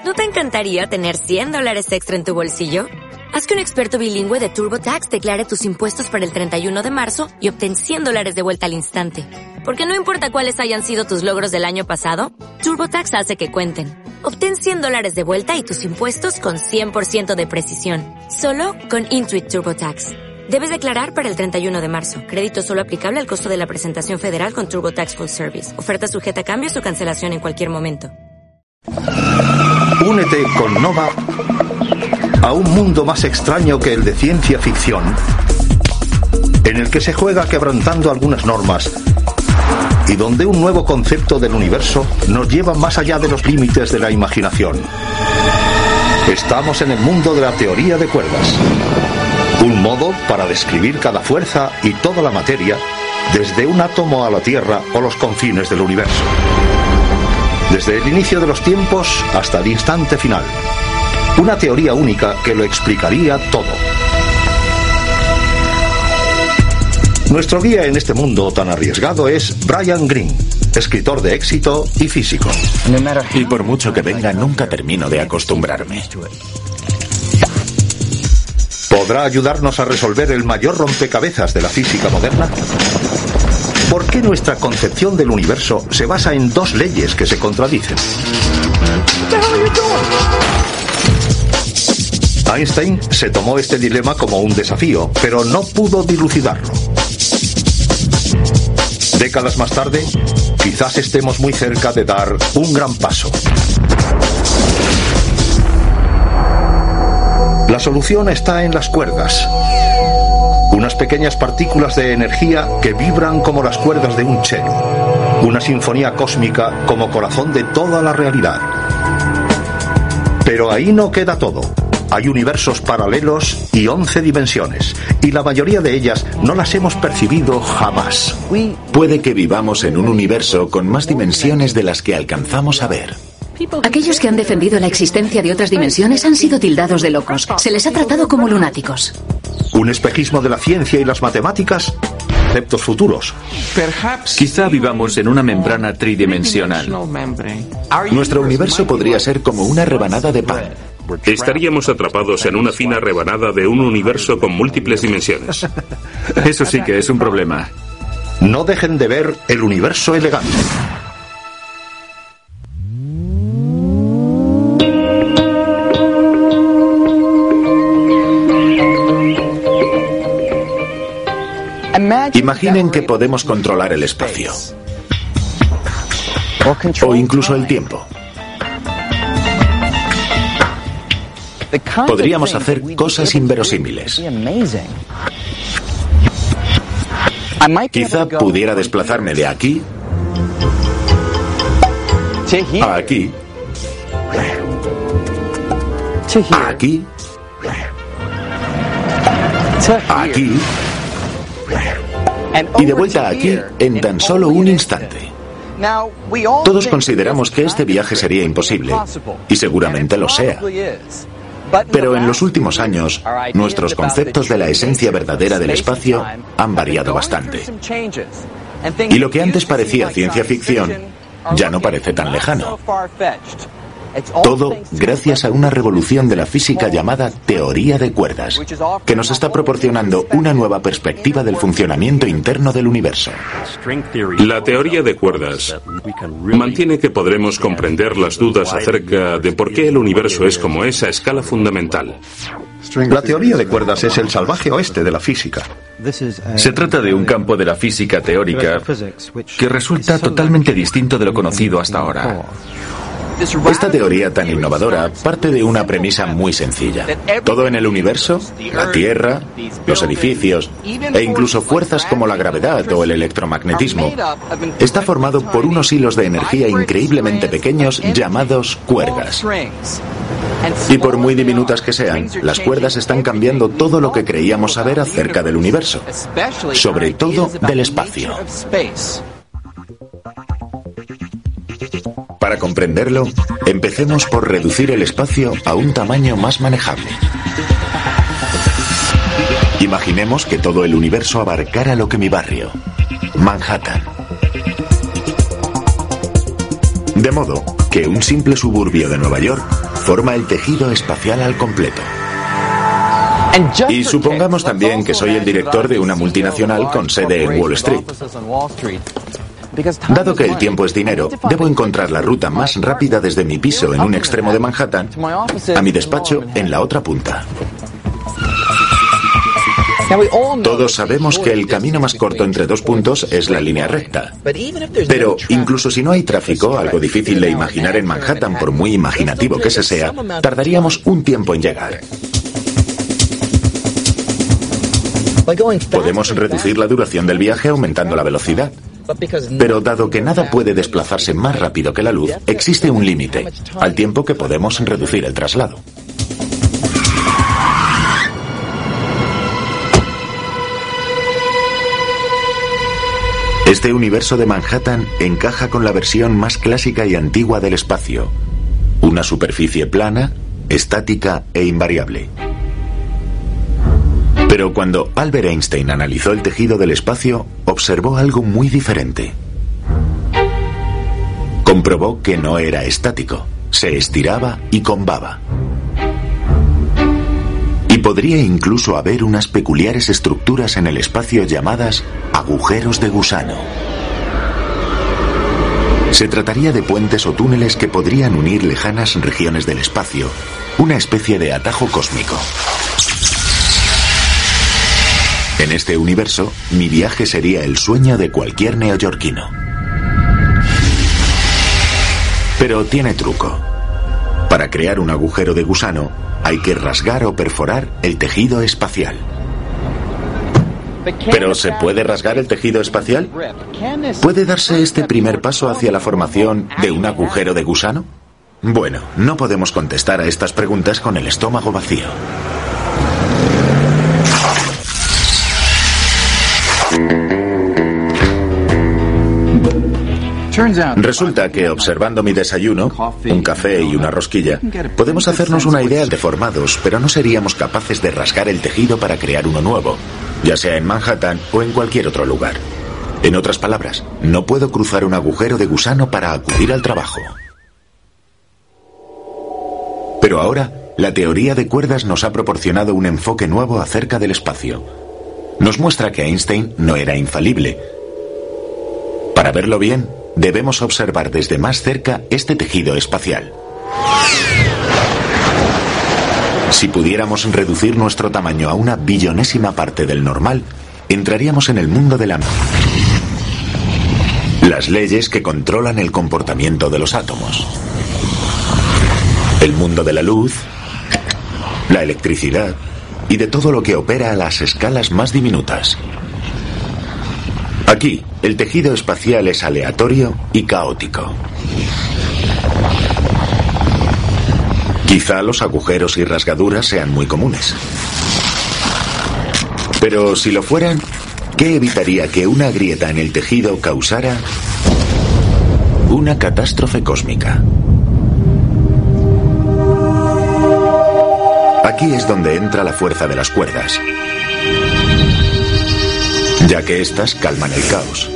¿No te encantaría tener $100 extra en tu bolsillo? Haz que un experto bilingüe de TurboTax declare tus impuestos para el 31 de marzo y obtén $100 de vuelta al instante. Porque no importa cuáles hayan sido tus logros del año pasado, TurboTax hace que cuenten. Obtén $100 de vuelta y tus impuestos con 100% de precisión. Solo con Intuit TurboTax. Debes declarar para el 31 de marzo. Crédito solo aplicable al costo de la presentación federal con TurboTax Full Service. Oferta sujeta a cambios o cancelación en cualquier momento. Únete con Nova a un mundo más extraño que el de ciencia ficción, en el que se juega quebrantando algunas normas y donde un nuevo concepto del universo nos lleva más allá de los límites de la imaginación. Estamos en el mundo de la teoría de cuerdas. Un modo para describir cada fuerza y toda la materia, desde un átomo a la Tierra o los confines del universo. Desde el inicio de los tiempos hasta el instante final. Una teoría única que lo explicaría todo. Nuestro guía en este mundo tan arriesgado es Brian Greene, escritor de éxito y físico. Y por mucho que venga, nunca termino de acostumbrarme. ¿Podrá ayudarnos a resolver el mayor rompecabezas de la física moderna? ¿Por qué nuestra concepción del universo se basa en dos leyes que se contradicen? Einstein se tomó este dilema como un desafío, pero no pudo dilucidarlo. Décadas más tarde, quizás estemos muy cerca de dar un gran paso. La solución está en las cuerdas. Unas pequeñas partículas de energía que vibran como las cuerdas de un cello. Una sinfonía cósmica como corazón de toda la realidad. Pero ahí no queda todo. Hay universos paralelos y 11 dimensiones, y la mayoría de ellas no las hemos percibido jamás. Puede que vivamos en un universo con más dimensiones de las que alcanzamos a ver. Aquellos que han defendido la existencia de otras dimensiones han sido tildados de locos. Se les ha tratado como lunáticos. Un espejismo de la ciencia y las matemáticas. Conceptos futuros. Quizá vivamos en una membrana tridimensional. Nuestro universo podría ser como una rebanada de pan. Estaríamos atrapados en una fina rebanada de un universo con múltiples dimensiones. Eso sí que es un problema. No dejen de ver el universo elegante. Imaginen que podemos controlar el espacio. O incluso el tiempo. Podríamos hacer cosas inverosímiles. Quizá pudiera desplazarme de aquí a aquí, a aquí, a aquí y de vuelta aquí en tan solo un instante. Todos consideramos que este viaje sería imposible, y seguramente lo sea. Pero en los últimos años, nuestros conceptos de la esencia verdadera del espacio han variado bastante. Y lo que antes parecía ciencia ficción, ya no parece tan lejano. Todo gracias a una revolución de la física llamada teoría de cuerdas, que nos está proporcionando una nueva perspectiva del funcionamiento interno del universo. La teoría de cuerdas mantiene que podremos comprender las dudas acerca de por qué el universo es como es a escala fundamental. La teoría de cuerdas es el salvaje oeste de la física. Se trata de un campo de la física teórica que resulta totalmente distinto de lo conocido hasta ahora. Esta teoría tan innovadora parte de una premisa muy sencilla. Todo en el universo, la Tierra, los edificios e incluso fuerzas como la gravedad o el electromagnetismo está formado por unos hilos de energía increíblemente pequeños llamados cuerdas. Y por muy diminutas que sean, las cuerdas están cambiando todo lo que creíamos saber acerca del universo, sobre todo del espacio. Para comprenderlo, empecemos por reducir el espacio a un tamaño más manejable. Imaginemos que todo el universo abarcara lo que mi barrio, Manhattan. De modo que un simple suburbio de Nueva York forma el tejido espacial al completo. Y supongamos también que soy el director de una multinacional con sede en Wall Street. Dado que el tiempo es dinero, debo encontrar la ruta más rápida desde mi piso en un extremo de Manhattan a mi despacho en la otra punta. Todos sabemos que el camino más corto entre dos puntos es la línea recta. Pero incluso si no hay tráfico, algo difícil de imaginar en Manhattan, por muy imaginativo que se sea, tardaríamos un tiempo en llegar. Podemos reducir la duración del viaje aumentando la velocidad. Pero dado que nada puede desplazarse más rápido que la luz, existe un límite al tiempo que podemos reducir el traslado. Este universo de Manhattan encaja con la versión más clásica y antigua del espacio: una superficie plana, estática e invariable. Pero cuando Albert Einstein analizó el tejido del espacio, observó algo muy diferente. Comprobó que no era estático, se estiraba y combaba. Y podría incluso haber unas peculiares estructuras en el espacio llamadas agujeros de gusano. Se trataría de puentes o túneles que podrían unir lejanas regiones del espacio, una especie de atajo cósmico. En este universo, mi viaje sería el sueño de cualquier neoyorquino. Pero tiene truco. Para crear un agujero de gusano, hay que rasgar o perforar el tejido espacial. ¿Pero se puede rasgar el tejido espacial? ¿Puede darse este primer paso hacia la formación de un agujero de gusano? Bueno, no podemos contestar a estas preguntas con el estómago vacío. Resulta que observando mi desayuno, un café y una rosquilla, podemos hacernos una idea de formados, pero no seríamos capaces de rasgar el tejido para crear uno nuevo, ya sea en Manhattan o en cualquier otro lugar. En otras palabras, no puedo cruzar un agujero de gusano para acudir al trabajo. Pero ahora, la teoría de cuerdas nos ha proporcionado un enfoque nuevo acerca del espacio. Nos muestra que Einstein no era infalible. Para verlo bien, debemos observar desde más cerca este tejido espacial. Si pudiéramos reducir nuestro tamaño a una billonésima parte del normal, entraríamos en el mundo de las leyes que controlan el comportamiento de los átomos. El mundo de la luz, la electricidad y de todo lo que opera a las escalas más diminutas. Aquí, el tejido espacial es aleatorio y caótico. Quizá los agujeros y rasgaduras sean muy comunes. Pero si lo fueran, ¿qué evitaría que una grieta en el tejido causara una catástrofe cósmica? Aquí es donde entra la fuerza de las cuerdas, ya que éstas calman el caos.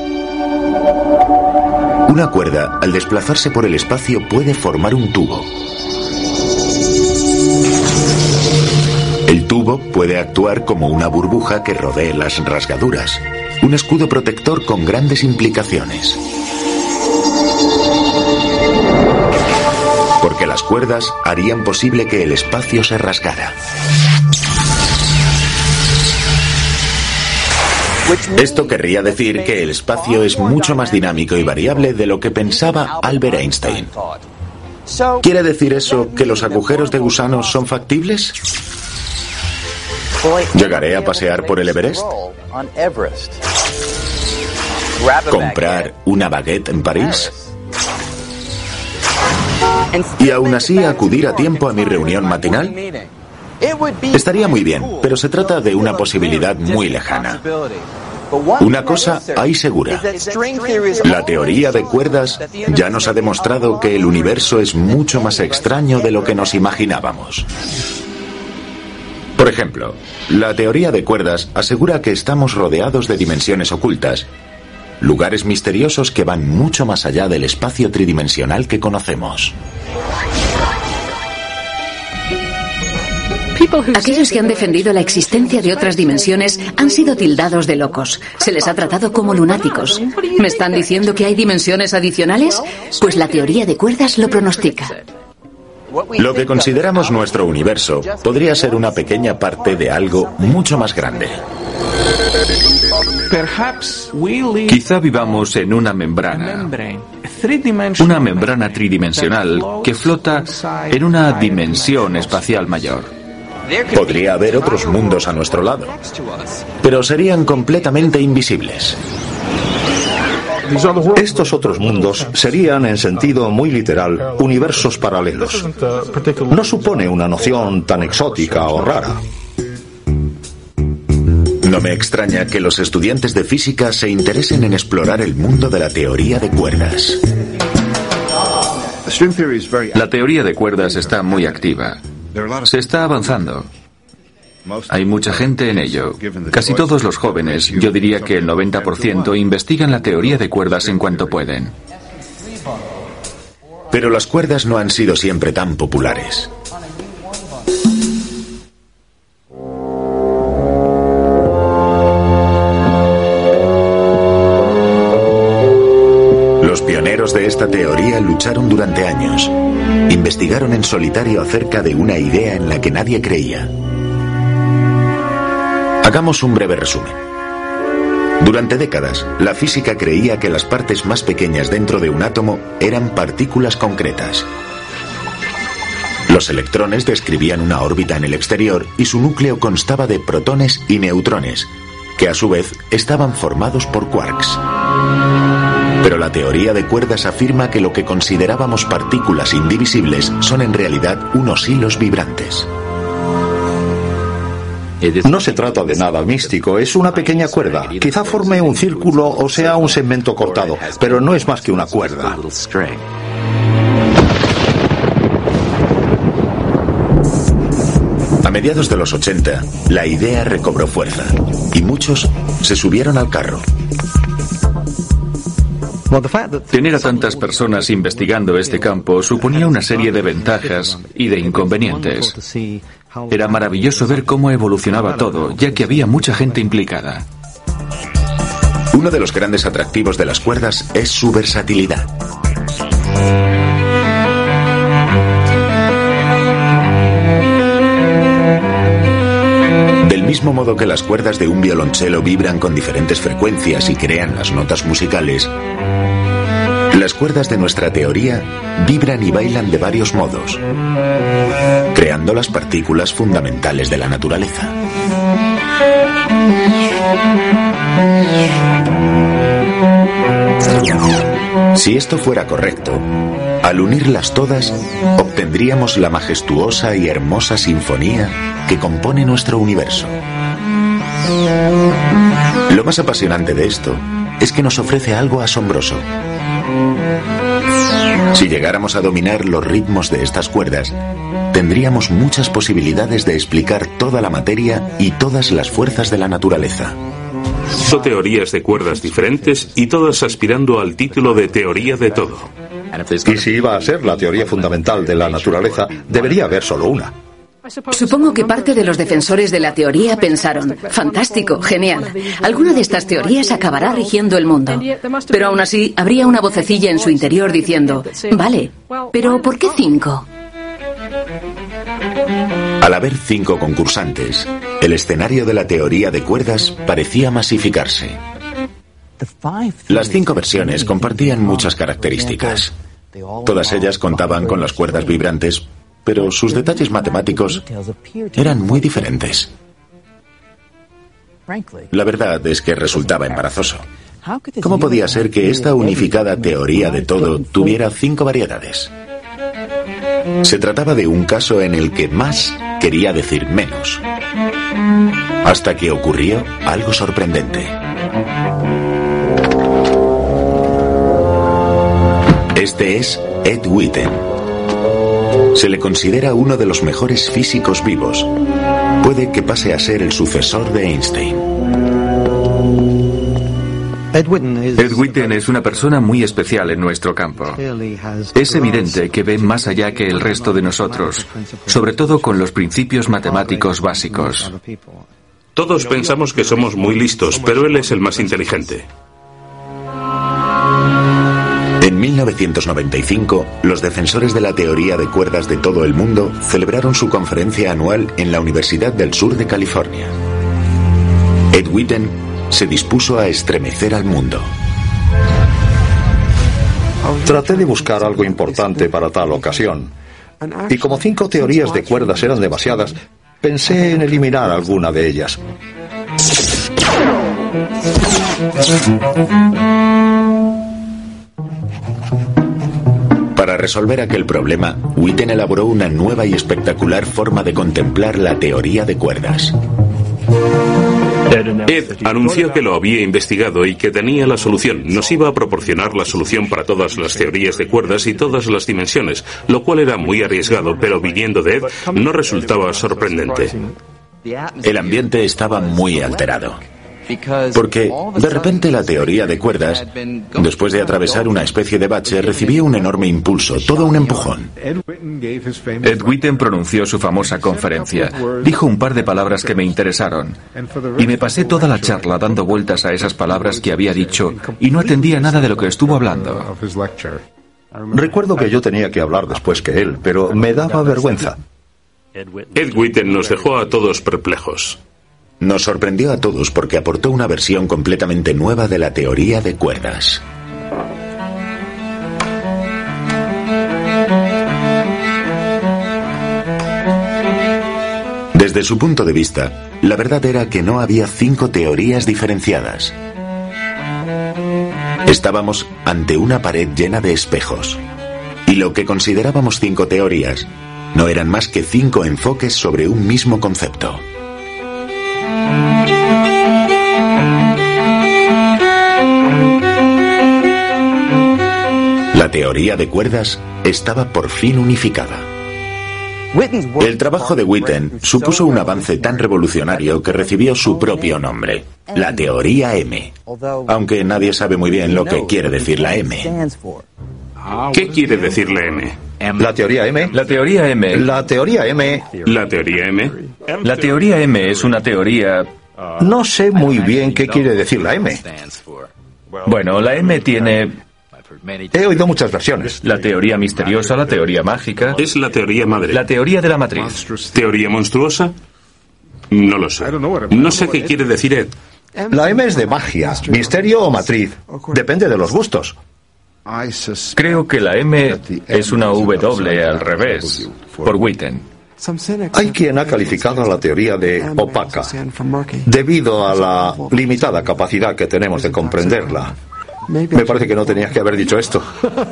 Una cuerda, al desplazarse por el espacio, puede formar un tubo. El tubo puede actuar como una burbuja que rodee las rasgaduras, un escudo protector con grandes implicaciones. Porque las cuerdas harían posible que el espacio se rasgara. Esto querría decir que el espacio es mucho más dinámico y variable de lo que pensaba Albert Einstein. ¿Quiere decir eso que los agujeros de gusano son factibles? ¿Llegaré a pasear por el Everest? ¿Comprar una baguette en París? ¿Y aún así acudir a tiempo a mi reunión matinal? Estaría muy bien, pero se trata de una posibilidad muy lejana. Una cosa hay segura. La teoría de cuerdas ya nos ha demostrado que el universo es mucho más extraño de lo que nos imaginábamos. Por ejemplo, la teoría de cuerdas asegura que estamos rodeados de dimensiones ocultas, lugares misteriosos que van mucho más allá del espacio tridimensional que conocemos. Aquellos que han defendido la existencia de otras dimensiones han sido tildados de locos. Se les ha tratado como lunáticos. ¿Me están diciendo que hay dimensiones adicionales? Pues la teoría de cuerdas lo pronostica. Lo que consideramos nuestro universo podría ser una pequeña parte de algo mucho más grande. Quizá vivamos en una membrana tridimensional que flota en una dimensión espacial mayor. Podría haber otros mundos a nuestro lado, pero serían completamente invisibles. Estos otros mundos serían, en sentido muy literal, universos paralelos. No supone una noción tan exótica o rara. No me extraña que los estudiantes de física se interesen en explorar el mundo de la teoría de cuerdas. La teoría de cuerdas está muy activa. Se está avanzando. Hay mucha gente en ello. Casi todos los jóvenes, yo diría que el 90%, investigan la teoría de cuerdas en cuanto pueden. Pero las cuerdas no han sido siempre tan populares. Los pioneros de esta teoría lucharon durante años. Investigaron en solitario acerca de una idea en la que nadie creía. Hagamos un breve resumen. Durante décadas, la física creía que las partes más pequeñas dentro de un átomo eran partículas concretas. Los electrones describían una órbita en el exterior y su núcleo constaba de protones y neutrones, que a su vez estaban formados por quarks. Pero la teoría de cuerdas afirma que lo que considerábamos partículas indivisibles son en realidad unos hilos vibrantes. No se trata de nada místico, es una pequeña cuerda. Quizá forme un círculo o sea un segmento cortado, pero no es más que una cuerda. A mediados de los 80, la idea recobró fuerza y muchos se subieron al carro. Tener a tantas personas investigando este campo suponía una serie de ventajas y de inconvenientes. Era maravilloso ver cómo evolucionaba todo, ya que había mucha gente implicada. Uno de los grandes atractivos de las cuerdas es su versatilidad. Del mismo modo que las cuerdas de un violonchelo vibran con diferentes frecuencias y crean las notas musicales, las cuerdas de nuestra teoría vibran y bailan de varios modos, creando las partículas fundamentales de la naturaleza. Si esto fuera correcto, al unirlas todas, obtendríamos la majestuosa y hermosa sinfonía que compone nuestro universo. Lo más apasionante de esto es que nos ofrece algo asombroso. Si llegáramos a dominar los ritmos de estas cuerdas, tendríamos muchas posibilidades de explicar toda la materia y todas las fuerzas de la naturaleza. Son teorías de cuerdas diferentes y todas aspirando al título de teoría de todo. Y si iba a ser la teoría fundamental de la naturaleza, debería haber solo una. Supongo que parte de los defensores de la teoría pensaron, fantástico, genial, alguna de estas teorías acabará rigiendo el mundo. Pero aún así, habría una vocecilla en su interior diciendo, vale, pero ¿por qué 5? Al haber 5 concursantes, el escenario de la teoría de cuerdas parecía masificarse. Las 5 versiones compartían muchas características. Todas ellas contaban con las cuerdas vibrantes, pero sus detalles matemáticos eran muy diferentes. La verdad es que resultaba embarazoso. ¿Cómo podía ser que esta unificada teoría de todo tuviera 5 variedades? Se trataba de un caso en el que más quería decir menos. Hasta que ocurrió algo sorprendente. Este es Ed Witten. Se le considera uno de los mejores físicos vivos. Puede que pase a ser el sucesor de Einstein. Ed Witten es una persona muy especial en nuestro campo. Es evidente que ve más allá que el resto de nosotros, sobre todo con los principios matemáticos básicos. Todos pensamos que somos muy listos, pero él es el más inteligente. En 1995, los defensores de la teoría de cuerdas de todo el mundo celebraron su conferencia anual en la Universidad del Sur de California. Ed Witten se dispuso a estremecer al mundo. Traté de buscar algo importante para tal ocasión. Y como 5 teorías de cuerdas eran demasiadas, pensé en eliminar alguna de ellas. Para resolver aquel problema, Witten elaboró una nueva y espectacular forma de contemplar la teoría de cuerdas. Ed anunció que lo había investigado y que tenía la solución. Nos iba a proporcionar la solución para todas las teorías de cuerdas y todas las dimensiones, lo cual era muy arriesgado, pero viniendo de Ed no resultaba sorprendente. El ambiente estaba muy alterado, porque de repente la teoría de cuerdas, después de atravesar una especie de bache, recibió un enorme impulso, todo un empujón. Ed Witten pronunció su famosa conferencia. Dijo un par de palabras que me interesaron. Y me pasé toda la charla dando vueltas a esas palabras que había dicho y no atendía nada de lo que estuvo hablando. Recuerdo que yo tenía que hablar después que él, pero me daba vergüenza. Ed Witten nos dejó a todos perplejos. Nos sorprendió a todos porque aportó una versión completamente nueva de la teoría de cuerdas. Desde su punto de vista, la verdad era que no había 5 teorías diferenciadas. Estábamos ante una pared llena de espejos, y lo que considerábamos 5 teorías no eran más que 5 enfoques sobre un mismo concepto. La teoría de cuerdas estaba por fin unificada. El trabajo de Witten supuso un avance tan revolucionario que recibió su propio nombre, la teoría M, aunque nadie sabe muy bien lo que quiere decir la M. ¿Qué quiere decir la M? ¿La teoría M? La teoría M. La teoría M. ¿La teoría M? La teoría M es una teoría... No sé muy bien qué quiere decir la M. Bueno, la M tiene... He oído muchas versiones. La teoría misteriosa, la teoría mágica... Es la teoría madre. La teoría de la matriz. ¿Teoría monstruosa? No lo sé. No sé qué quiere decir Ed. La M es de magia, misterio o matriz. Depende de los gustos. Creo que la M es una W al revés, por Witten. Hay quien ha calificado a la teoría de opaca, debido a la limitada capacidad que tenemos de comprenderla. Me parece que no tenías que haber dicho esto.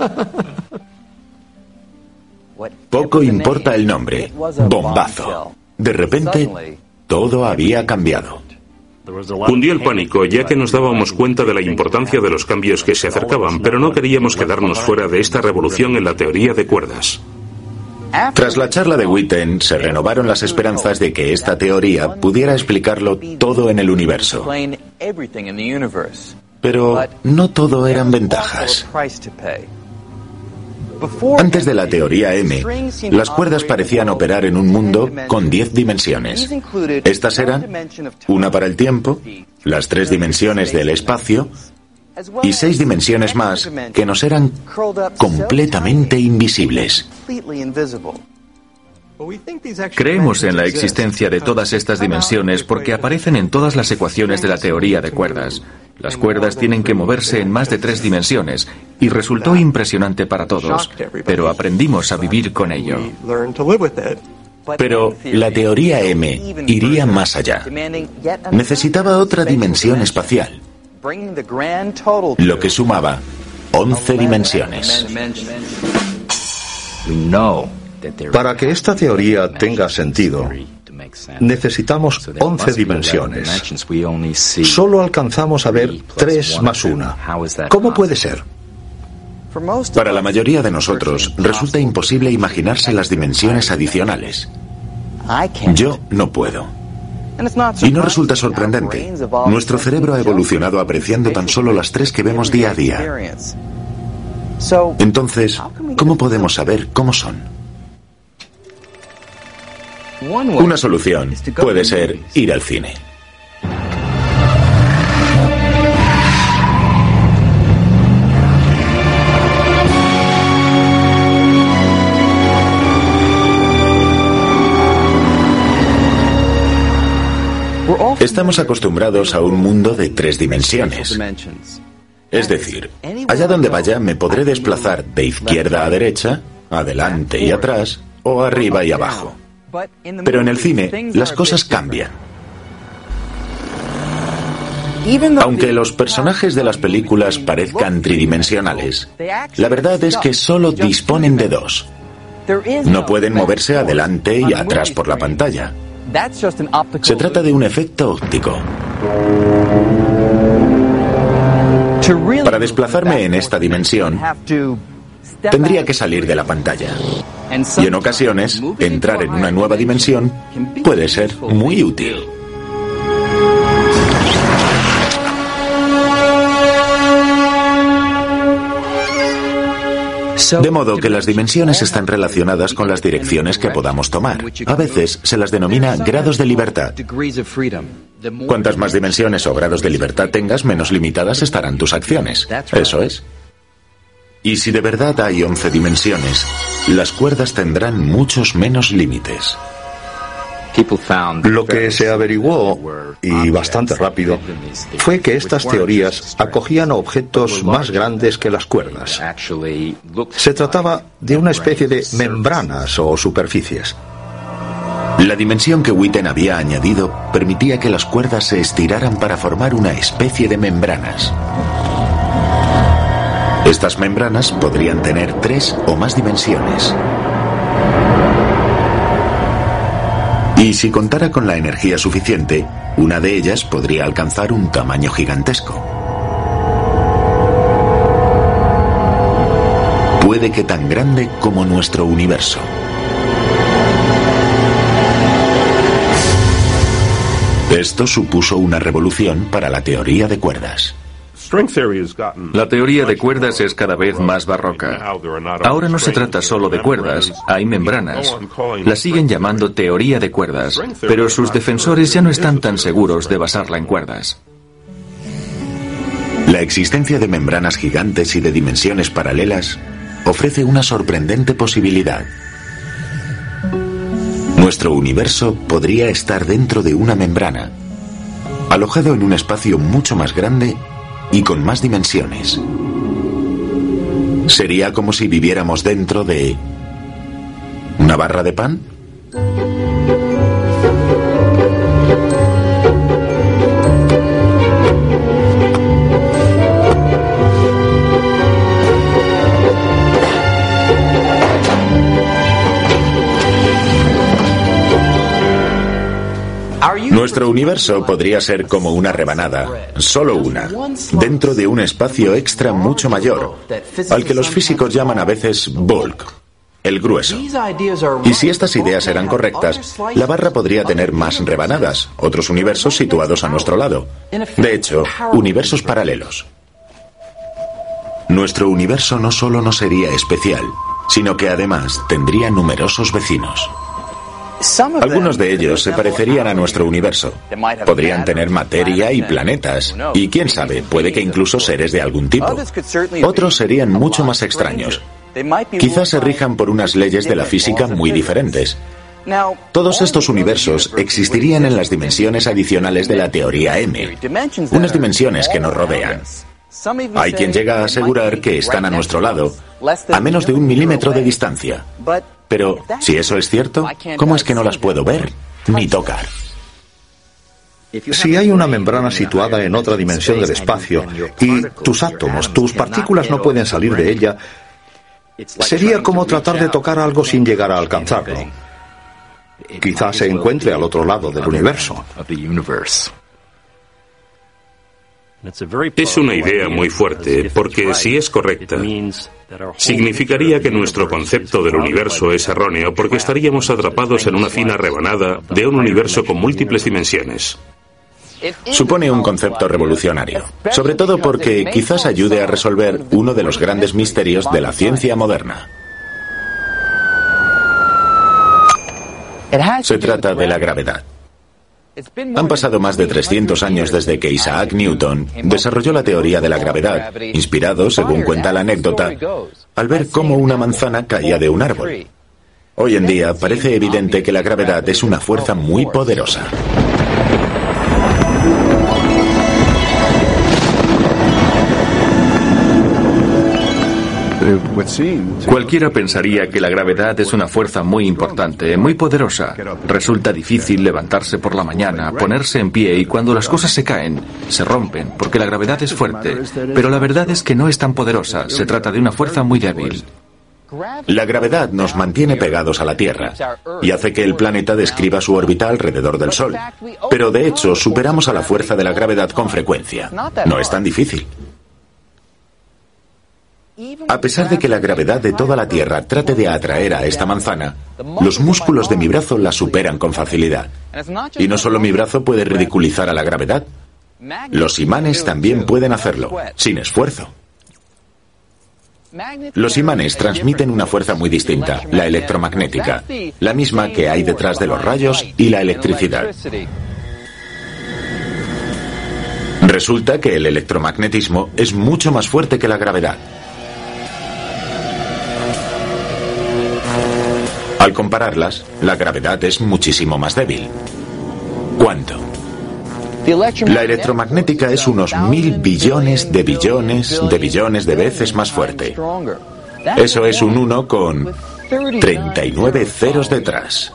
Poco importa el nombre, bombazo. De repente, todo había cambiado. Cundió el pánico, ya que nos dábamos cuenta de la importancia de los cambios que se acercaban, pero no queríamos quedarnos fuera de esta revolución en la teoría de cuerdas. Tras la charla de Witten, se renovaron las esperanzas de que esta teoría pudiera explicarlo todo en el universo. Pero no todo eran ventajas. Antes de la teoría M, las cuerdas parecían operar en un mundo con 10 dimensiones. Estas eran una para el tiempo, las 3 dimensiones del espacio y 6 dimensiones más que nos eran completamente invisibles. Creemos en la existencia de todas estas dimensiones porque aparecen en todas las ecuaciones de la teoría de cuerdas. Las cuerdas tienen que moverse en más de 3 dimensiones y resultó impresionante para todos, pero aprendimos a vivir con ello. Pero la teoría M iría más allá. Necesitaba otra dimensión espacial, lo que sumaba 11 dimensiones. Para que esta teoría tenga sentido, necesitamos 11 dimensiones. Solo alcanzamos a ver 3 más 1. ¿Cómo puede ser? Para la mayoría de nosotros, resulta imposible imaginarse las dimensiones adicionales. Yo no puedo. Y no resulta sorprendente. Nuestro cerebro ha evolucionado apreciando tan solo las 3 que vemos día a día. Entonces, ¿cómo podemos saber cómo son? Una solución puede ser ir al cine. Estamos acostumbrados a un mundo de 3 dimensiones. Es decir, allá donde vaya me podré desplazar de izquierda a derecha, adelante y atrás, o arriba y abajo. Pero en el cine las cosas cambian. Aunque los personajes de las películas parezcan tridimensionales, la verdad es que solo disponen de 2. No pueden moverse adelante y atrás por la pantalla. Se trata de un efecto óptico. Para desplazarme en esta dimensión, tendría que salir de la pantalla. Y en ocasiones, entrar en una nueva dimensión puede ser muy útil. De modo que las dimensiones están relacionadas con las direcciones que podamos tomar. A veces se las denomina grados de libertad. Cuantas más dimensiones o grados de libertad tengas, menos limitadas estarán tus acciones. Eso es. Y si de verdad hay 11 dimensiones, las cuerdas tendrán muchos menos límites. Lo que se averiguó, y bastante rápido, fue que estas teorías acogían objetos más grandes que las cuerdas. Se trataba de una especie de membranas o superficies. La dimensión que Witten había añadido permitía que las cuerdas se estiraran para formar una especie de membranas. Estas membranas podrían tener 3 o más dimensiones. Y si contara con la energía suficiente, una de ellas podría alcanzar un tamaño gigantesco. Puede que tan grande como nuestro universo. Esto supuso una revolución para la teoría de cuerdas. La teoría de cuerdas es cada vez más barroca. Ahora no se trata solo de cuerdas, hay membranas. La siguen llamando teoría de cuerdas, pero sus defensores ya no están tan seguros de basarla en cuerdas. La existencia de membranas gigantes y de dimensiones paralelas ofrece una sorprendente posibilidad. Nuestro universo podría estar dentro de una membrana, alojado en un espacio mucho más grande y con más dimensiones. Sería como si viviéramos dentro de una barra de pan. Nuestro universo podría ser como una rebanada, solo una, dentro de un espacio extra mucho mayor, al que los físicos llaman a veces bulk, el grueso. Y si estas ideas eran correctas, la barra podría tener más rebanadas, otros universos situados a nuestro lado. De hecho, universos paralelos. Nuestro universo no solo no sería especial, sino que además tendría numerosos vecinos. Algunos de ellos se parecerían a nuestro universo. Podrían tener materia y planetas. Y quién sabe, puede que incluso seres de algún tipo. Otros serían mucho más extraños. Quizás se rijan por unas leyes de la física muy diferentes. Todos estos universos existirían en las dimensiones adicionales de la teoría M, unas dimensiones que nos rodean. Hay quien llega a asegurar que están a nuestro lado, a menos de 1 milímetro de distancia. Pero, si eso es cierto, ¿cómo es que no las puedo ver ni tocar? Si hay una membrana situada en otra dimensión del espacio y tus átomos, tus partículas no pueden salir de ella, sería como tratar de tocar algo sin llegar a alcanzarlo. Quizás se encuentre al otro lado del universo. Es una idea muy fuerte, porque si es correcta, significaría que nuestro concepto del universo es erróneo, porque estaríamos atrapados en una fina rebanada de un universo con múltiples dimensiones. Supone un concepto revolucionario, sobre todo porque quizás ayude a resolver uno de los grandes misterios de la ciencia moderna. Se trata de la gravedad. Han pasado más de 300 años desde que Isaac Newton desarrolló la teoría de la gravedad, inspirado, según cuenta la anécdota, al ver cómo una manzana caía de un árbol. Hoy en día parece evidente que la gravedad es una fuerza muy poderosa. Cualquiera pensaría que la gravedad es una fuerza muy importante, muy poderosa. Resulta difícil levantarse por la mañana, ponerse en pie y cuando las cosas se caen, se rompen, porque la gravedad es fuerte. Pero la verdad es que no es tan poderosa, se trata de una fuerza muy débil. La gravedad nos mantiene pegados a la Tierra y hace que el planeta describa su órbita alrededor del Sol. Pero de hecho, superamos a la fuerza de la gravedad con frecuencia. No es tan difícil. A pesar de que la gravedad de toda la Tierra trate de atraer a esta manzana, los músculos de mi brazo la superan con facilidad. Y no solo mi brazo puede ridiculizar a la gravedad, los imanes también pueden hacerlo, sin esfuerzo. Los imanes transmiten una fuerza muy distinta, la electromagnética, la misma que hay detrás de los rayos y la electricidad. Resulta que el electromagnetismo es mucho más fuerte que la gravedad. Al compararlas, la gravedad es muchísimo más débil. ¿Cuánto? La electromagnética es unos 1000 billones de billones de billones de veces más fuerte. Eso es un 1 con 39 ceros detrás.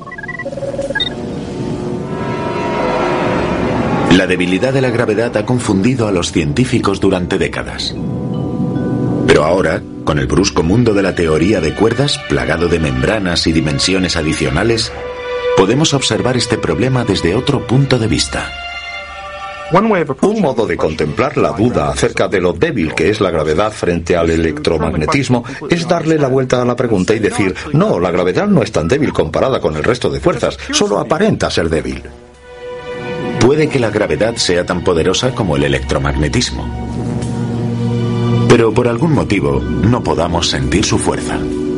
La debilidad de la gravedad ha confundido a los científicos durante décadas. Pero ahora, con el brusco mundo de la teoría de cuerdas, plagado de membranas y dimensiones adicionales, podemos observar este problema desde otro punto de vista. Un modo de contemplar la duda acerca de lo débil que es la gravedad frente al electromagnetismo es darle la vuelta a la pregunta y decir, no, la gravedad no es tan débil comparada con el resto de fuerzas, solo aparenta ser débil. Puede que la gravedad sea tan poderosa como el electromagnetismo, pero por algún motivo no podamos sentir su fuerza.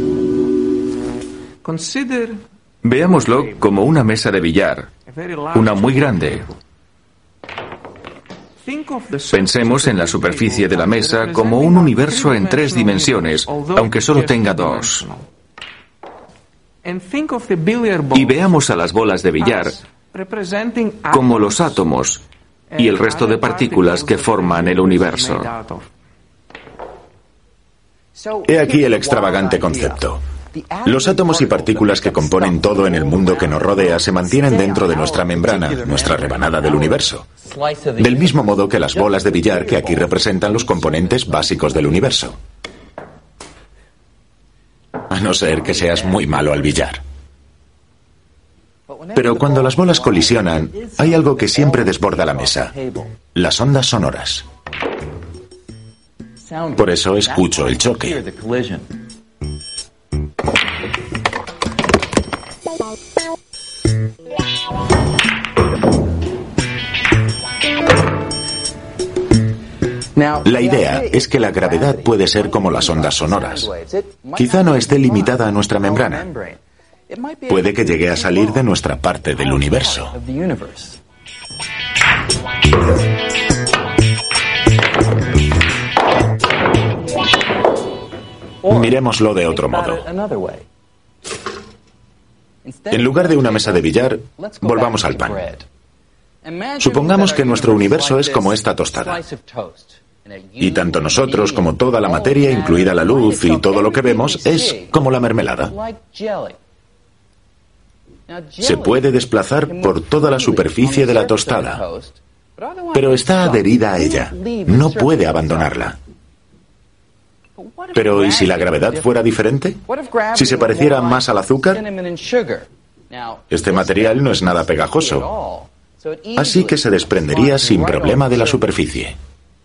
Veámoslo como una mesa de billar, una muy grande. Pensemos en la superficie de la mesa como un universo en 3 dimensiones, aunque solo tenga 2. Y veamos a las bolas de billar como los átomos y el resto de partículas que forman el universo. He aquí el extravagante concepto. Los átomos y partículas que componen todo en el mundo que nos rodea se mantienen dentro de nuestra membrana, nuestra rebanada del universo. Del mismo modo que las bolas de billar que aquí representan los componentes básicos del universo. A no ser que seas muy malo al billar. Pero cuando las bolas colisionan, hay algo que siempre desborda la mesa: las ondas sonoras. Por eso escucho el choque. La idea es que la gravedad puede ser como las ondas sonoras. Quizá no esté limitada a nuestra membrana. Puede que llegue a salir de nuestra parte del universo. Miremoslo de otro modo. En lugar de una mesa de billar, volvamos al pan. Supongamos que nuestro universo es como esta tostada. Y tanto nosotros como toda la materia, incluida la luz y todo lo que vemos, es como la mermelada. Se puede desplazar por toda la superficie de la tostada, pero está adherida a ella. No puede abandonarla. Pero ¿y si la gravedad fuera diferente? ¿Si se pareciera más al azúcar? Este material no es nada pegajoso. así que se desprendería sin problema de la superficie.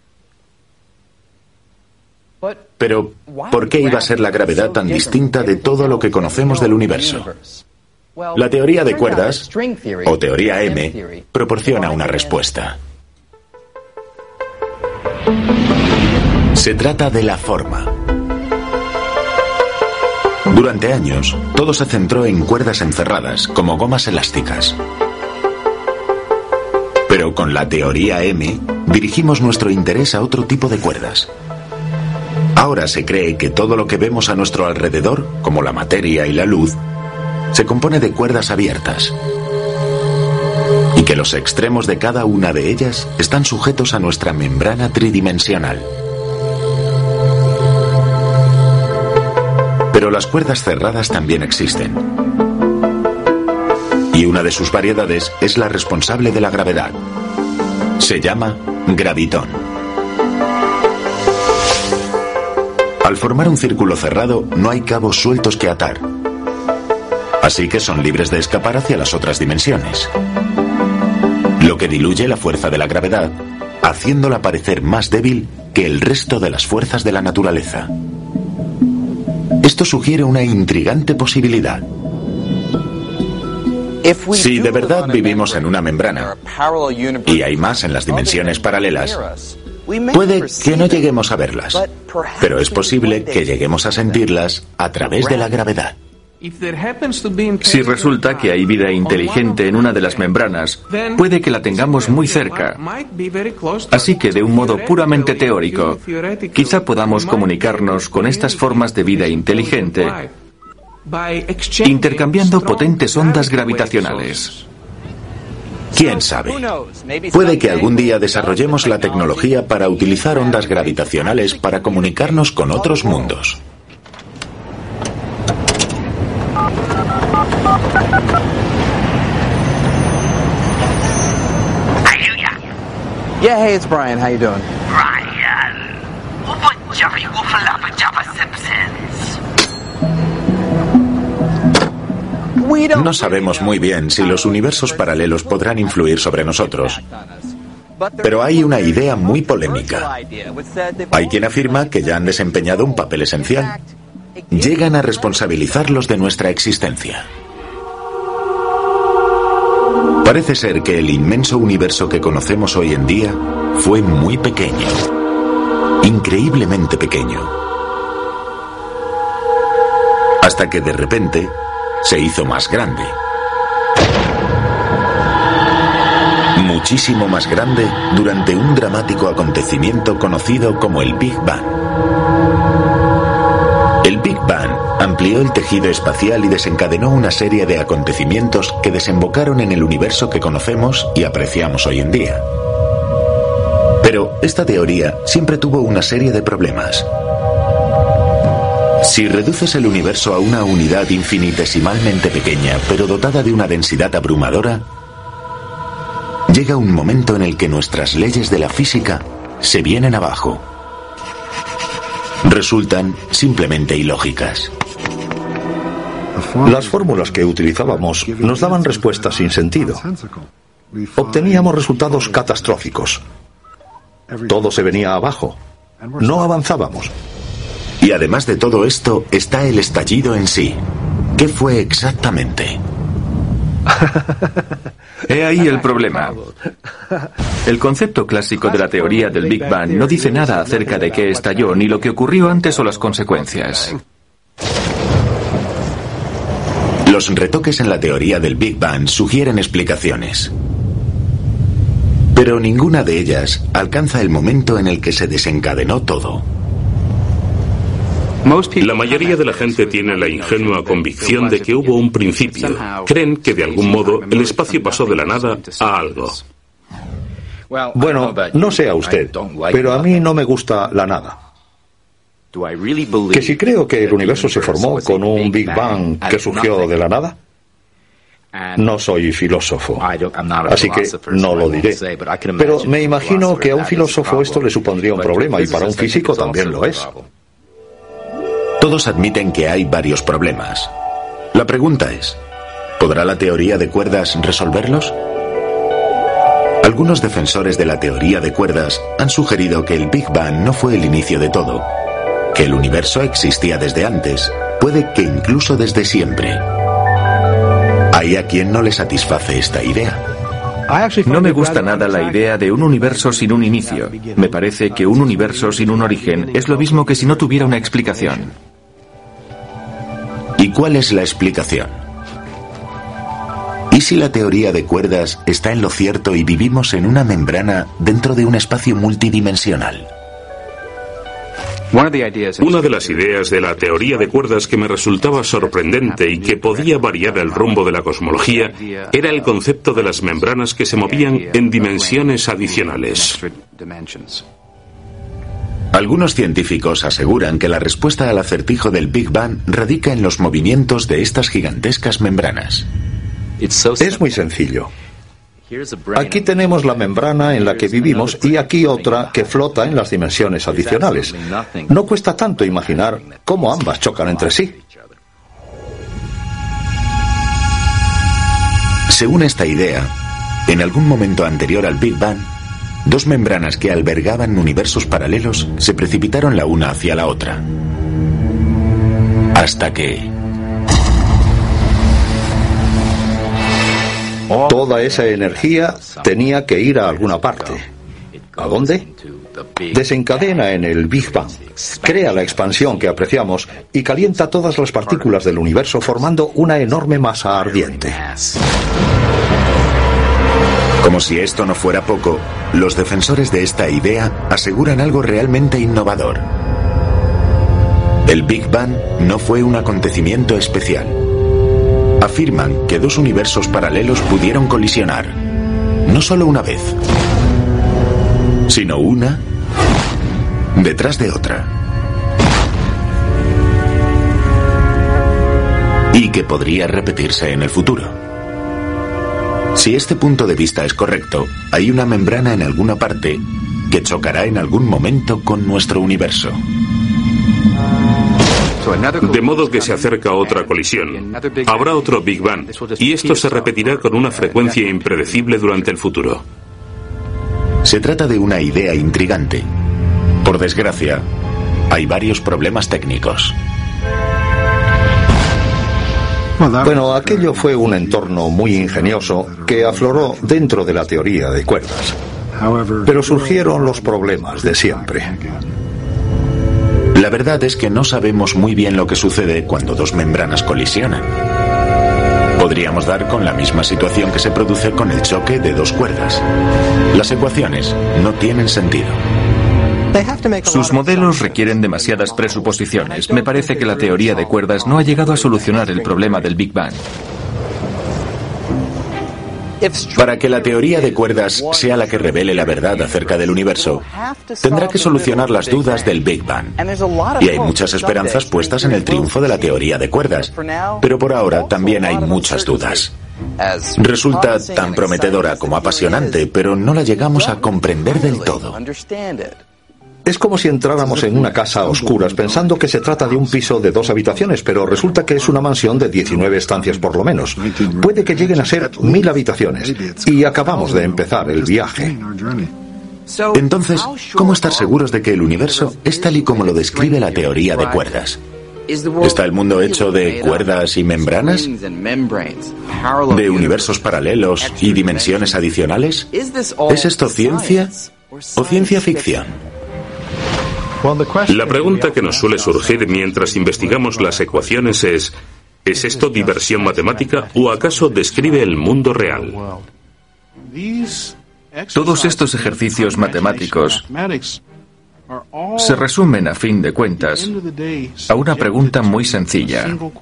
Pero, ¿por qué iba a ser la gravedad tan distinta de todo lo que conocemos del universo? La teoría de cuerdas, o teoría M, proporciona una respuesta. Se trata de la forma. Durante años, todo se centró en cuerdas encerradas, como gomas elásticas. Pero con la teoría M, dirigimos nuestro interés a otro tipo de cuerdas. Ahora se cree que todo lo que vemos a nuestro alrededor, como la materia y la luz, se compone de cuerdas abiertas, y que los extremos de cada una de ellas están sujetos a nuestra membrana tridimensional. Pero las cuerdas cerradas también existen. Y una de sus variedades es la responsable de la gravedad. Se llama gravitón. Al formar un círculo cerrado, no hay cabos sueltos que atar. Así que son libres de escapar hacia las otras dimensiones. Lo que diluye la fuerza de la gravedad, haciéndola parecer más débil que el resto de las fuerzas de la naturaleza. Esto sugiere una intrigante posibilidad. Si de verdad vivimos en una membrana, y hay más en las dimensiones paralelas, puede que no lleguemos a verlas, pero es posible que lleguemos a sentirlas a través de la gravedad. Si resulta que hay vida inteligente en una de las membranas, puede que la tengamos muy cerca. Así que de un modo puramente teórico, quizá podamos comunicarnos con estas formas de vida inteligente intercambiando potentes ondas gravitacionales. ¿Quién sabe? Puede que algún día desarrollemos la tecnología para utilizar ondas gravitacionales para comunicarnos con otros mundos. Yeah, hey, it's Brian. How you doing? Brian. No sabemos muy bien si los universos paralelos podrán influir sobre nosotros. Pero hay una idea muy polémica. Hay quien afirma que ya han desempeñado un papel esencial. Llegan a responsabilizarlos de nuestra existencia. Parece ser que el inmenso universo que conocemos hoy en día fue muy pequeño. Increíblemente pequeño. Hasta que de repente se hizo más grande. Muchísimo más grande durante un dramático acontecimiento conocido como el Big Bang. El Big Bang amplió el tejido espacial y desencadenó una serie de acontecimientos que desembocaron en el universo que conocemos y apreciamos hoy en día. Pero esta teoría siempre tuvo una serie de problemas. Si reduces el universo a una unidad infinitesimalmente pequeña, pero dotada de una densidad abrumadora, llega un momento en el que nuestras leyes de la física se vienen abajo. Resultan simplemente ilógicas. Las fórmulas que utilizábamos nos daban respuestas sin sentido. Obteníamos resultados catastróficos. Todo se venía abajo. No avanzábamos. Y además de todo esto está el estallido en sí. ¿Qué fue exactamente? He ahí el problema. El concepto clásico de la teoría del Big Bang no dice nada acerca de qué estalló, ni lo que ocurrió antes o las consecuencias. Los retoques en la teoría del Big Bang sugieren explicaciones. Pero ninguna de ellas alcanza el momento en el que se desencadenó todo. La mayoría de la gente tiene la ingenua convicción de que hubo un principio. Creen que de algún modo el espacio pasó de la nada a algo. Bueno, no sé a usted, pero a mí no me gusta la nada. ¿Que si creo que el universo se formó con un Big Bang que surgió de la nada? No soy filósofo, así que no lo diré. Pero me imagino que a un filósofo esto le supondría un problema y para un físico también lo es. Todos admiten que hay varios problemas. La pregunta es, ¿podrá la teoría de cuerdas resolverlos? Algunos defensores de la teoría de cuerdas han sugerido que el Big Bang no fue el inicio de todo, que el universo existía desde antes, puede que incluso desde siempre. Hay a quien no le satisface esta idea. No me gusta nada la idea de un universo sin un inicio. Me parece que un universo sin un origen es lo mismo que si no tuviera una explicación. ¿Y cuál es la explicación? ¿Y si la teoría de cuerdas está en lo cierto y vivimos en una membrana dentro de un espacio multidimensional? Una de las ideas de la teoría de cuerdas que me resultaba sorprendente y que podía variar el rumbo de la cosmología era el concepto de las membranas que se movían en dimensiones adicionales. Algunos científicos aseguran que la respuesta al acertijo del Big Bang radica en los movimientos de estas gigantescas membranas. Es muy sencillo. Aquí tenemos la membrana en la que vivimos y aquí otra que flota en las dimensiones adicionales. No cuesta tanto imaginar cómo ambas chocan entre sí. Según esta idea, en algún momento anterior al Big Bang, dos membranas que albergaban universos paralelos se precipitaron la una hacia la otra. Hasta que... Toda esa energía tenía que ir a alguna parte. ¿A dónde? Desencadena en el Big Bang, crea la expansión que apreciamos y calienta todas las partículas del universo formando una enorme masa ardiente. Como si esto no fuera poco, los defensores de esta idea aseguran algo realmente innovador. El Big Bang no fue un acontecimiento especial. Afirman que dos universos paralelos pudieron colisionar, no solo una vez, sino una detrás de otra. Y que podría repetirse en el futuro. Si este punto de vista es correcto, hay una membrana en alguna parte que chocará en algún momento con nuestro universo. De modo que se acerca otra colisión. Habrá otro Big Bang, y esto se repetirá con una frecuencia impredecible durante el futuro. Se trata de una idea intrigante. Por desgracia, hay varios problemas técnicos. Bueno, aquello fue un entorno muy ingenioso que afloró dentro de la teoría de cuerdas. Pero surgieron los problemas de siempre. La verdad es que no sabemos muy bien lo que sucede cuando dos membranas colisionan. Podríamos dar con la misma situación que se produce con el choque de dos cuerdas. Las ecuaciones no tienen sentido. Sus modelos requieren demasiadas presuposiciones. Me parece que la teoría de cuerdas no ha llegado a solucionar el problema del Big Bang. Para que la teoría de cuerdas sea la que revele la verdad acerca del universo, tendrá que solucionar las dudas del Big Bang. Y hay muchas esperanzas puestas en el triunfo de la teoría de cuerdas, pero por ahora también hay muchas dudas. Resulta tan prometedora como apasionante, pero no la llegamos a comprender del todo. Es como si entráramos en una casa a oscuras pensando que se trata de un piso de 2 habitaciones, pero resulta que es una mansión de 19 estancias por lo menos. Puede que lleguen a ser 1000 habitaciones. Y acabamos de empezar el viaje. Entonces, ¿cómo estar seguros de que el universo es tal y como lo describe la teoría de cuerdas? ¿Está el mundo hecho de cuerdas y membranas? ¿De universos paralelos y dimensiones adicionales? ¿Es esto ciencia o ciencia ficción? La pregunta que nos suele surgir mientras investigamos las ecuaciones ¿es esto diversión matemática o acaso describe el mundo real? Todos estos ejercicios matemáticos se resumen, a fin de cuentas, a una pregunta muy sencilla.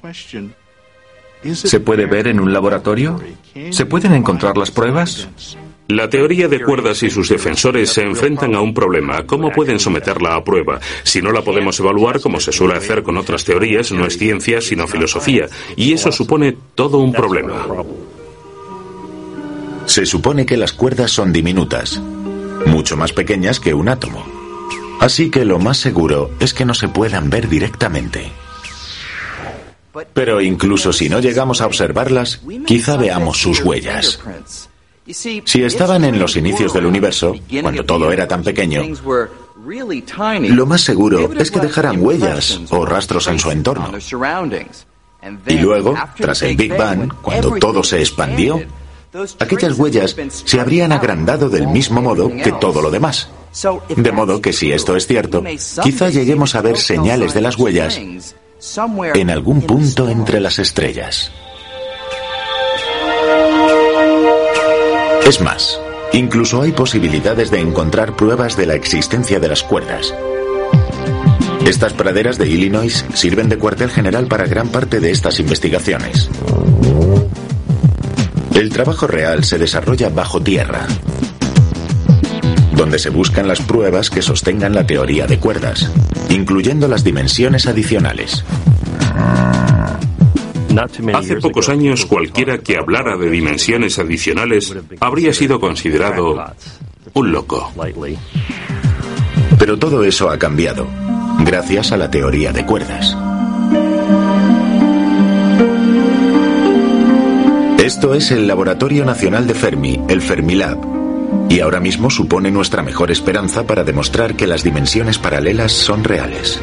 ¿Se puede ver en un laboratorio? ¿Se pueden encontrar las pruebas? La teoría de cuerdas y sus defensores se enfrentan a un problema. ¿Cómo pueden someterla a prueba? Si no la podemos evaluar, como se suele hacer con otras teorías, no es ciencia, sino filosofía. Y eso supone todo un problema. Se supone que las cuerdas son diminutas, mucho más pequeñas que un átomo. Así que lo más seguro es que no se puedan ver directamente. Pero incluso si no llegamos a observarlas, quizá veamos sus huellas. Si estaban en los inicios del universo, cuando todo era tan pequeño, lo más seguro es que dejaran huellas o rastros en su entorno. Y luego, tras el Big Bang, cuando todo se expandió, aquellas huellas se habrían agrandado del mismo modo que todo lo demás. De modo que si esto es cierto, quizá lleguemos a ver señales de las huellas en algún punto entre las estrellas. Es más, incluso hay posibilidades de encontrar pruebas de la existencia de las cuerdas. Estas praderas de Illinois sirven de cuartel general para gran parte de estas investigaciones. El trabajo real se desarrolla bajo tierra, donde se buscan las pruebas que sostengan la teoría de cuerdas, incluyendo las dimensiones adicionales. Hace pocos años, cualquiera que hablara de dimensiones adicionales habría sido considerado un loco. Pero todo eso ha cambiado, gracias a la teoría de cuerdas. Esto es el Laboratorio Nacional de Fermi, el Fermilab, y ahora mismo supone nuestra mejor esperanza para demostrar que las dimensiones paralelas son reales.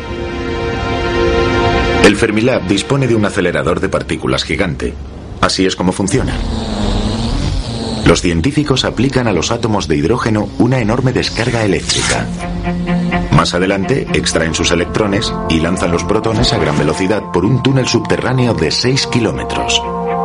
El Fermilab dispone de un acelerador de partículas gigante. Así es como funciona. Los científicos aplican a los átomos de hidrógeno una enorme descarga eléctrica. Más adelante, extraen sus electrones y lanzan los protones a gran velocidad por un túnel subterráneo de 6 kilómetros.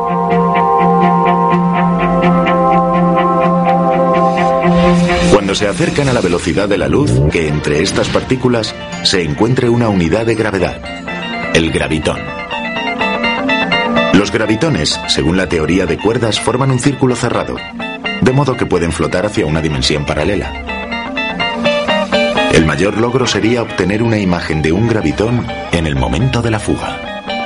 Cuando se acercan a la velocidad de la luz, que entre estas partículas se encuentre una unidad de gravedad, el gravitón. Los gravitones, según la teoría de cuerdas, forman un círculo cerrado, de modo que pueden flotar hacia una dimensión paralela. El mayor logro sería obtener una imagen de un gravitón en el momento de la fuga.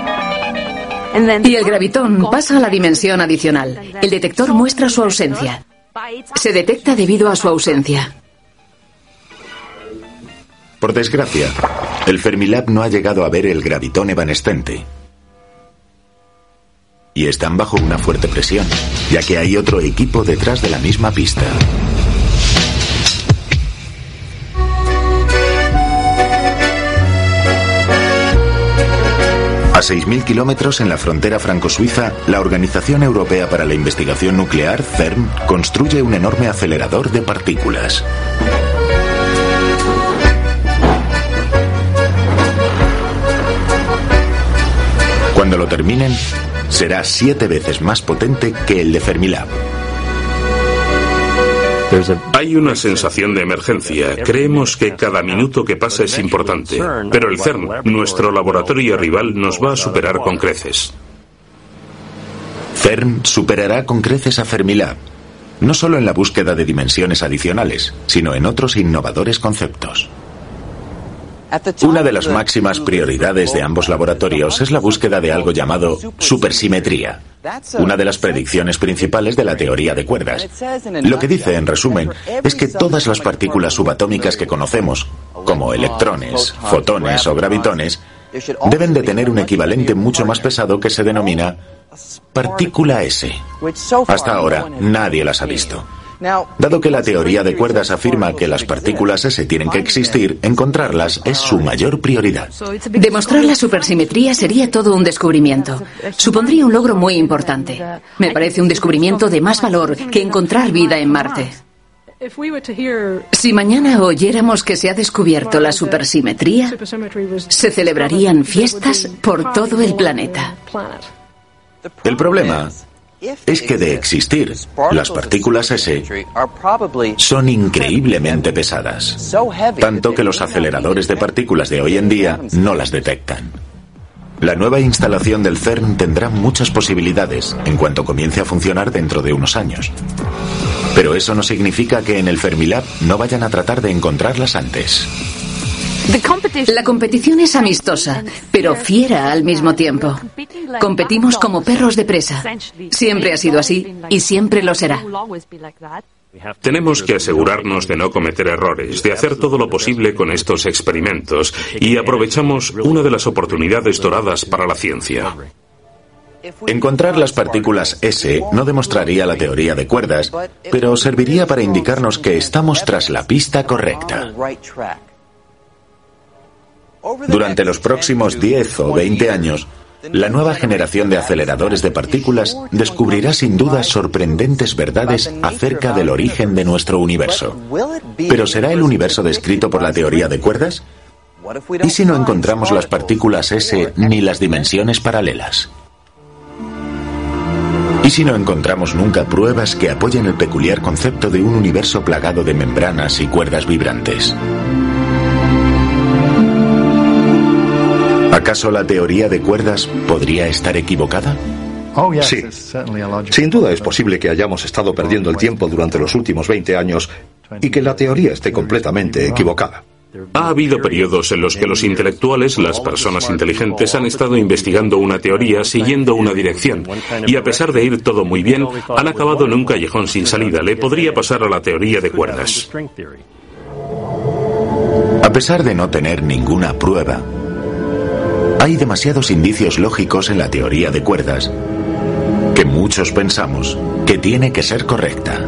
Y el gravitón pasa a la dimensión adicional. El detector muestra su ausencia. Se detecta debido a su ausencia. Por desgracia, el Fermilab no ha llegado a ver el gravitón evanescente. Y están bajo una fuerte presión, ya que hay otro equipo detrás de la misma pista. A 6.000 kilómetros en la frontera franco-suiza, la Organización Europea para la Investigación Nuclear, CERN, construye un enorme acelerador de partículas. Cuando lo terminen, será 7 veces más potente que el de Fermilab. Hay una sensación de emergencia. Creemos que cada minuto que pasa es importante. Pero el CERN, nuestro laboratorio rival, nos va a superar con creces. CERN superará con creces a Fermilab, no solo en la búsqueda de dimensiones adicionales, sino en otros innovadores conceptos. Una de las máximas prioridades de ambos laboratorios es la búsqueda de algo llamado supersimetría, una de las predicciones principales de la teoría de cuerdas. Lo que dice, en resumen, es que todas las partículas subatómicas que conocemos, como electrones, fotones o gravitones, deben de tener un equivalente mucho más pesado que se denomina partícula S. Hasta ahora, nadie las ha visto. Dado que la teoría de cuerdas afirma que las partículas S tienen que existir, encontrarlas es su mayor prioridad. Demostrar la supersimetría sería todo un descubrimiento. Supondría un logro muy importante. Me parece un descubrimiento de más valor que encontrar vida en Marte. Si mañana oyéramos que se ha descubierto la supersimetría, se celebrarían fiestas por todo el planeta. El problema es que de existir, las partículas S son increíblemente pesadas, tanto que los aceleradores de partículas de hoy en día no las detectan. La nueva instalación del CERN tendrá muchas posibilidades en cuanto comience a funcionar dentro de unos años. Pero eso no significa que en el Fermilab no vayan a tratar de encontrarlas antes. La competición es amistosa, pero fiera al mismo tiempo. Competimos como perros de presa. Siempre ha sido así y siempre lo será. Tenemos que asegurarnos de no cometer errores, de hacer todo lo posible con estos experimentos, y aprovechamos una de las oportunidades doradas para la ciencia. Encontrar las partículas S no demostraría la teoría de cuerdas, pero serviría para indicarnos que estamos tras la pista correcta. Durante los próximos 10 o 20 años, la nueva generación de aceleradores de partículas descubrirá sin duda sorprendentes verdades acerca del origen de nuestro universo. ¿Pero será el universo descrito por la teoría de cuerdas? ¿Y si no encontramos las partículas S ni las dimensiones paralelas? ¿Y si no encontramos nunca pruebas que apoyen el peculiar concepto de un universo plagado de membranas y cuerdas vibrantes? ¿Acaso la teoría de cuerdas podría estar equivocada? Sí. Sin duda es posible que hayamos estado perdiendo el tiempo durante los últimos 20 años y que la teoría esté completamente equivocada. Ha habido periodos en los que los intelectuales, las personas inteligentes, han estado investigando una teoría siguiendo una dirección y a pesar de ir todo muy bien, han acabado en un callejón sin salida. Le podría pasar a la teoría de cuerdas. A pesar de no tener ninguna prueba, hay demasiados indicios lógicos en la teoría de cuerdas que muchos pensamos que tiene que ser correcta.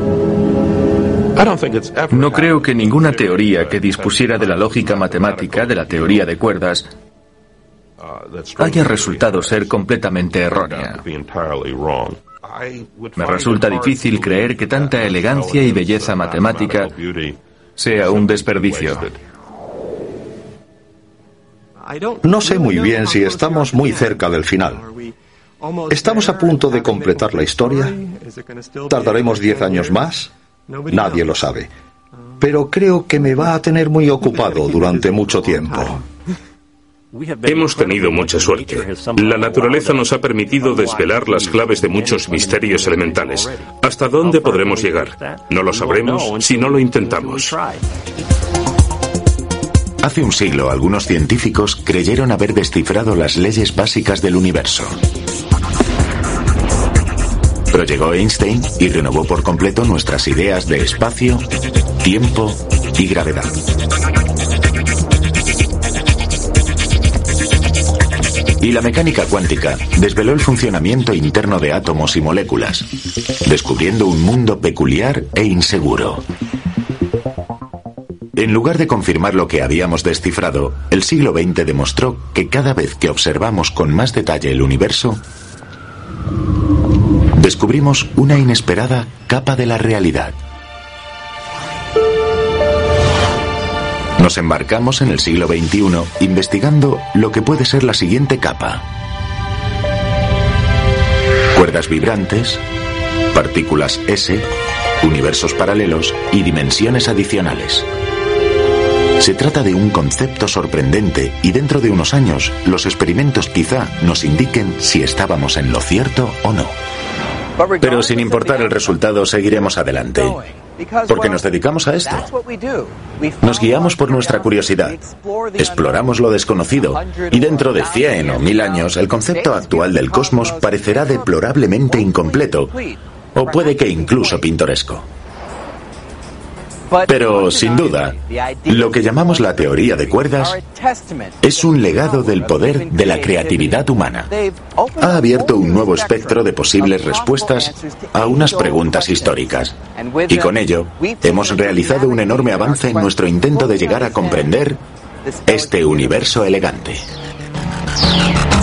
No creo que ninguna teoría que dispusiera de la lógica matemática de la teoría de cuerdas haya resultado ser completamente errónea. Me resulta difícil creer que tanta elegancia y belleza matemática sea un desperdicio. No sé muy bien si estamos muy cerca del final. ¿Estamos a punto de completar la historia? ¿Tardaremos 10 años más? Nadie lo sabe. Pero creo que me va a tener muy ocupado durante mucho tiempo. Hemos tenido mucha suerte. La naturaleza nos ha permitido desvelar las claves de muchos misterios elementales. ¿Hasta dónde podremos llegar? No lo sabremos si no lo intentamos. Hace un siglo, algunos científicos creyeron haber descifrado las leyes básicas del universo. Pero llegó Einstein y renovó por completo nuestras ideas de espacio, tiempo y gravedad. Y la mecánica cuántica desveló el funcionamiento interno de átomos y moléculas, descubriendo un mundo peculiar e inseguro. En lugar de confirmar lo que habíamos descifrado, el siglo XX demostró que cada vez que observamos con más detalle el universo, descubrimos una inesperada capa de la realidad. Nos embarcamos en el siglo XXI investigando lo que puede ser la siguiente capa. Cuerdas vibrantes, partículas S, universos paralelos y dimensiones adicionales. Se trata de un concepto sorprendente y dentro de unos años los experimentos quizá nos indiquen si estábamos en lo cierto o no. Pero sin importar el resultado seguiremos adelante, porque nos dedicamos a esto. Nos guiamos por nuestra curiosidad, exploramos lo desconocido y dentro de 100 o 1000 años el concepto actual del cosmos parecerá deplorablemente incompleto o puede que incluso pintoresco. Pero, sin duda, lo que llamamos la teoría de cuerdas es un legado del poder de la creatividad humana. Ha abierto un nuevo espectro de posibles respuestas a unas preguntas históricas. Y con ello, hemos realizado un enorme avance en nuestro intento de llegar a comprender este universo elegante.